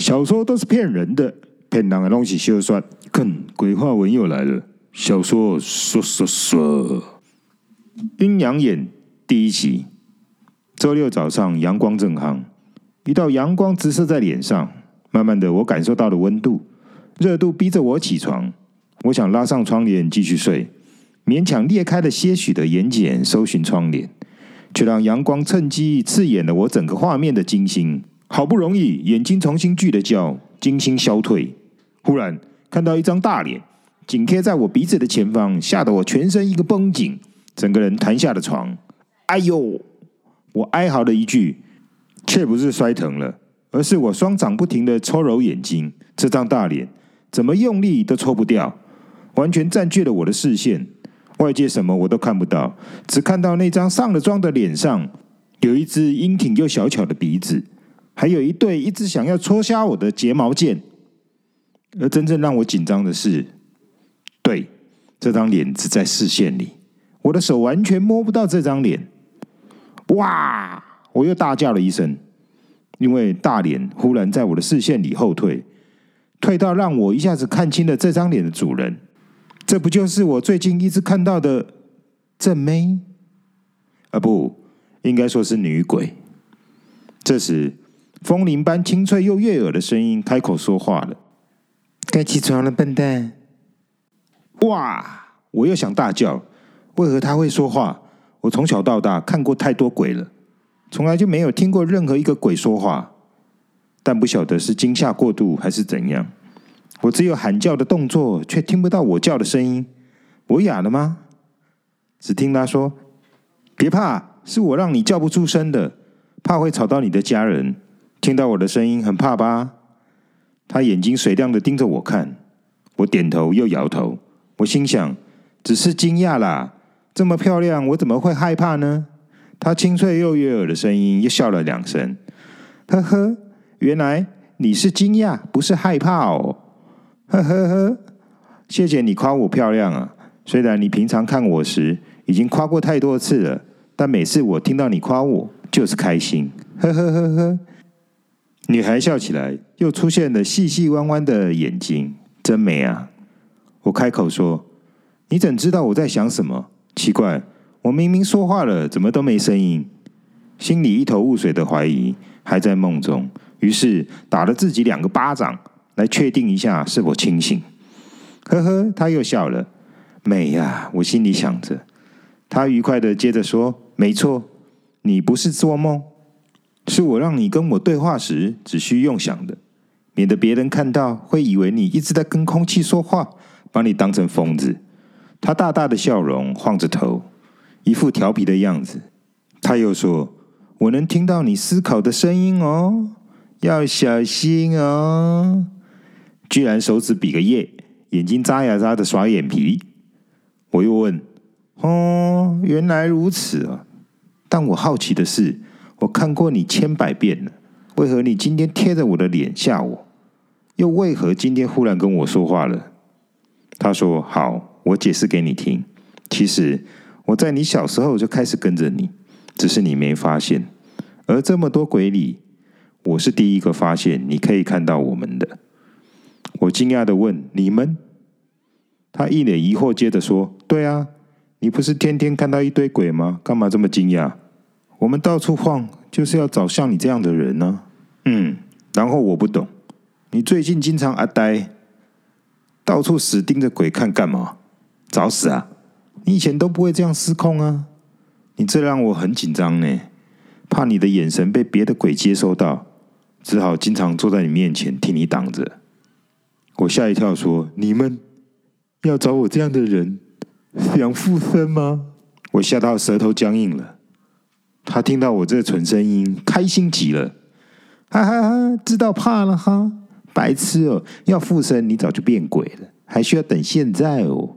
小说都是骗人的，骗人的东西小说。看，鬼话文又来了。小说说。阴阳眼第一集。周六早上，阳光正夯，一道阳光直射在脸上，慢慢的，我感受到了温度，热度逼着我起床。我想拉上窗帘继续睡，勉强裂开了些许的眼睑，搜寻窗帘，却让阳光趁机刺眼了我整个画面的精心。好不容易眼睛重新聚了焦，精心消退，忽然看到一张大脸紧贴在我鼻子的前方，吓得我全身一个绷紧，整个人弹下了床。哎呦！我哀嚎了一句，却不是摔疼了，而是我双掌不停的搓揉眼睛。这张大脸怎么用力都搓不掉，完全占据了我的视线。外界什么我都看不到，只看到那张上了妆的脸上有一只英挺又小巧的鼻子，还有一对一直想要戳瞎我的睫毛剑。而真正让我紧张的是，对，这张脸只在视线里，我的手完全摸不到这张脸。哇！我又大叫了一声，因为大脸忽然在我的视线里后退，退到让我一下子看清了这张脸的主人。这不就是我最近一直看到的正妹？不，应该说是女鬼。这时，风铃般清脆又悦耳的声音开口说话了：“该起床了，笨蛋！”哇！我又想大叫，为何他会说话？我从小到大看过太多鬼了，从来就没有听过任何一个鬼说话，但不晓得是惊吓过度还是怎样，我只有喊叫的动作，却听不到我叫的声音。我哑了吗？只听他说：“别怕，是我让你叫不出声的，怕会吵到你的家人。听到我的声音很怕吧？”他眼睛水亮的盯着我看，我点头又摇头。我心想，只是惊讶啦。这么漂亮，我怎么会害怕呢？他清脆又悦耳的声音又笑了2声，呵呵，原来你是惊讶，不是害怕哦，呵呵呵，谢谢你夸我漂亮啊。虽然你平常看我时已经夸过太多次了，但每次我听到你夸我，就是开心，呵呵呵呵。女孩笑起来，又出现了细细弯弯的眼睛，真美啊。我开口说：“你怎知道我在想什么？奇怪，我明明说话了，怎么都没声音？”心里一头雾水的怀疑，还在梦中，于是打了自己2个巴掌，来确定一下是否清醒。呵呵，他又笑了，美呀，我心里想着。他愉快的接着说：“没错，你不是做梦，是我让你跟我对话时只需用想的，免得别人看到会以为你一直在跟空气说话，把你当成疯子。”他大大的笑容，晃着头，一副调皮的样子。他又说：“我能听到你思考的声音哦，要小心哦。”居然手指比个耶，眼睛眨呀眨的耍眼皮。我又问：“哦，原来如此啊！但我好奇的是，我看过你千百遍了，为何你今天贴着我的脸吓我？又为何今天忽然跟我说话了？”他说：“好，我解释给你听。其实我在你小时候就开始跟着你，只是你没发现。而这么多鬼里，我是第一个发现你可以看到我们的。”我惊讶的问：“你们？”他一脸疑惑，接着说：“对啊，你不是天天看到一堆鬼吗？干嘛这么惊讶？我们到处晃，就是要找像你这样的人呢。”然后我不懂，你最近经常阿呆，到处死盯着鬼看干嘛？找死啊！你以前都不会这样失控啊！你这让我很紧张呢，怕你的眼神被别的鬼接收到，只好经常坐在你面前替你挡着。我吓一跳说：“你们要找我这样的人，想附身吗？”我吓到舌头僵硬了。他听到我这蠢声音，开心极了，哈哈哈，知道怕了哈，白痴哦！要附身你早就变鬼了，还需要等现在哦。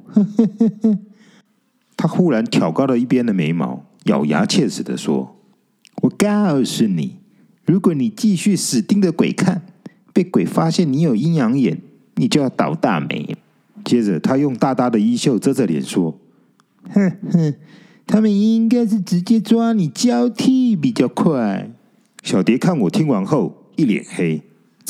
他忽然挑高了一边的眉毛，咬牙切齿的说：“我告诉你，如果你继续死盯着鬼看，被鬼发现你有阴阳眼，你就要倒大霉。”接着他用大大的衣袖遮着脸说：“哼哼，他们应该是直接抓你交替比较快。”小蝶看我听完后一脸黑，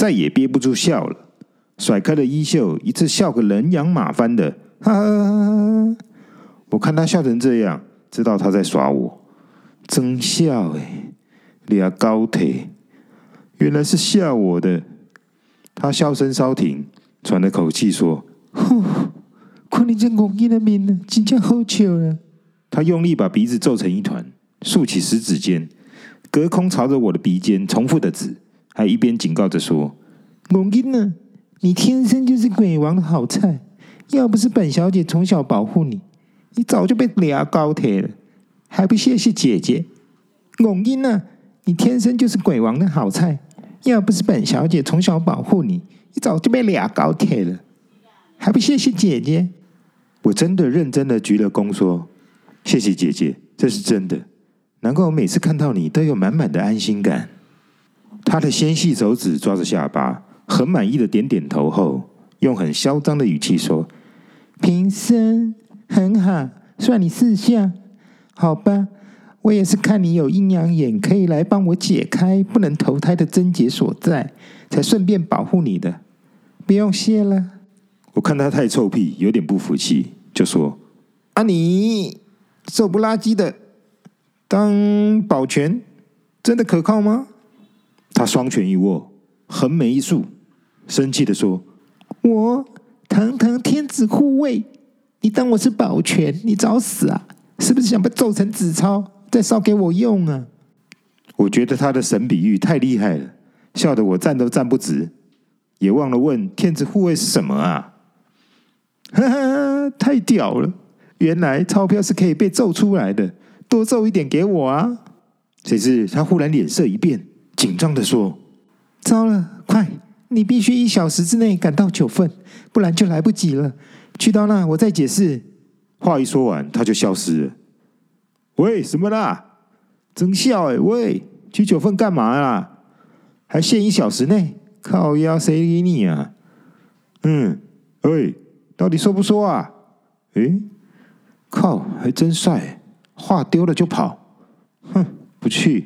再也憋不住笑了，甩开了衣袖，一次笑个人仰马翻的，哈哈哈哈！我看他笑成这样，知道他在耍我，真笑俩高铁，原来是吓我的。他笑声稍停，喘了口气说：“呼，看你这戆囡的面呢，真正好笑了。”他用力把鼻子皱成一团，竖起食指尖，隔空朝着我的鼻尖重复的指，还一边警告着说：“戆囡呢，你天生就是鬼王的好菜，要不是本小姐从小保护你，你早就被俩高铁了，还不谢谢姐姐。戆囡呢，你天生就是鬼王的好菜，要不是本小姐从小保护你，你早就被俩高铁了，还不谢谢姐姐。”我真的认真的鞠了躬说：“谢谢姐姐，这是真的。难怪我每次看到你都有满满的安心感。”他的纤细手指抓着下巴，很满意的点点头后，用很嚣张的语气说：“平生很好，算你识相。好吧，我也是看你有阴阳眼，可以来帮我解开不能投胎的症结所在，才顺便保护你的。不用谢了。”我看他太臭屁，有点不服气，就说：“啊你瘦不拉几的，当保全真的可靠吗？”他双拳一握，横眉一竖，生气的说：“我堂堂天子护卫，你当我是保全？你找死啊！是不是想被揍成纸钞，再烧给我用啊？”我觉得他的神比喻太厉害了，笑得我站都站不直，也忘了问天子护卫是什么啊？哈哈，太屌了！原来钞票是可以被揍出来的，多揍一点给我啊！谁知他忽然脸色一变，紧张的说：“糟了，快，你必须1小时之内赶到9份，不然就来不及了。去到那我再解释。”话一说完，他就消失了。喂，什么啦？真笑喂，去9份干嘛啦？还限1小时内？靠腰，谁理你啊？喂，到底说不说啊？靠，还真帅，话丢了就跑。哼，不去。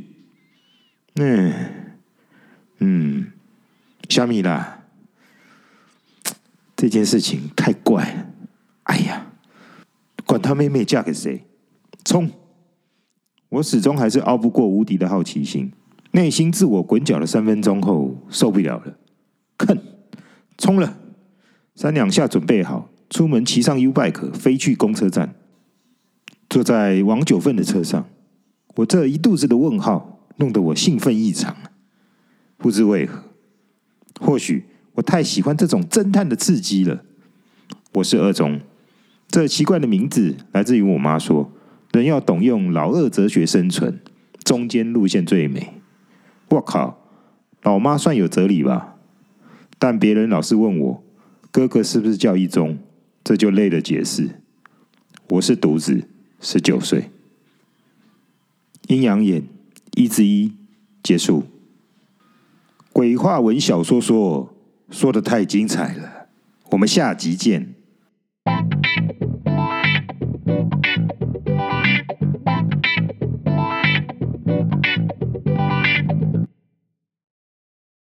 虾米啦，这件事情太怪了。哎呀，管他妹妹嫁给谁，冲！我始终还是熬不过无敌的好奇心，内心自我滚搅了3分钟后，受不了了，看，冲了！3两下准备好，出门骑上 U-Bike 飞去公车站，坐在往9份的车上。我这一肚子的问号，弄得我兴奋异常。不知为何，或许我太喜欢这种侦探的刺激了。我是二中，这奇怪的名字来自于我妈说，人要懂用老二哲学生存，中间路线最美。我靠，老妈算有哲理吧？但别人老是问我，哥哥是不是叫一中，这就累了解释。我是独子，19岁。阴阳眼1之1结束。鬼话文小说说得太精彩了，我们下集见。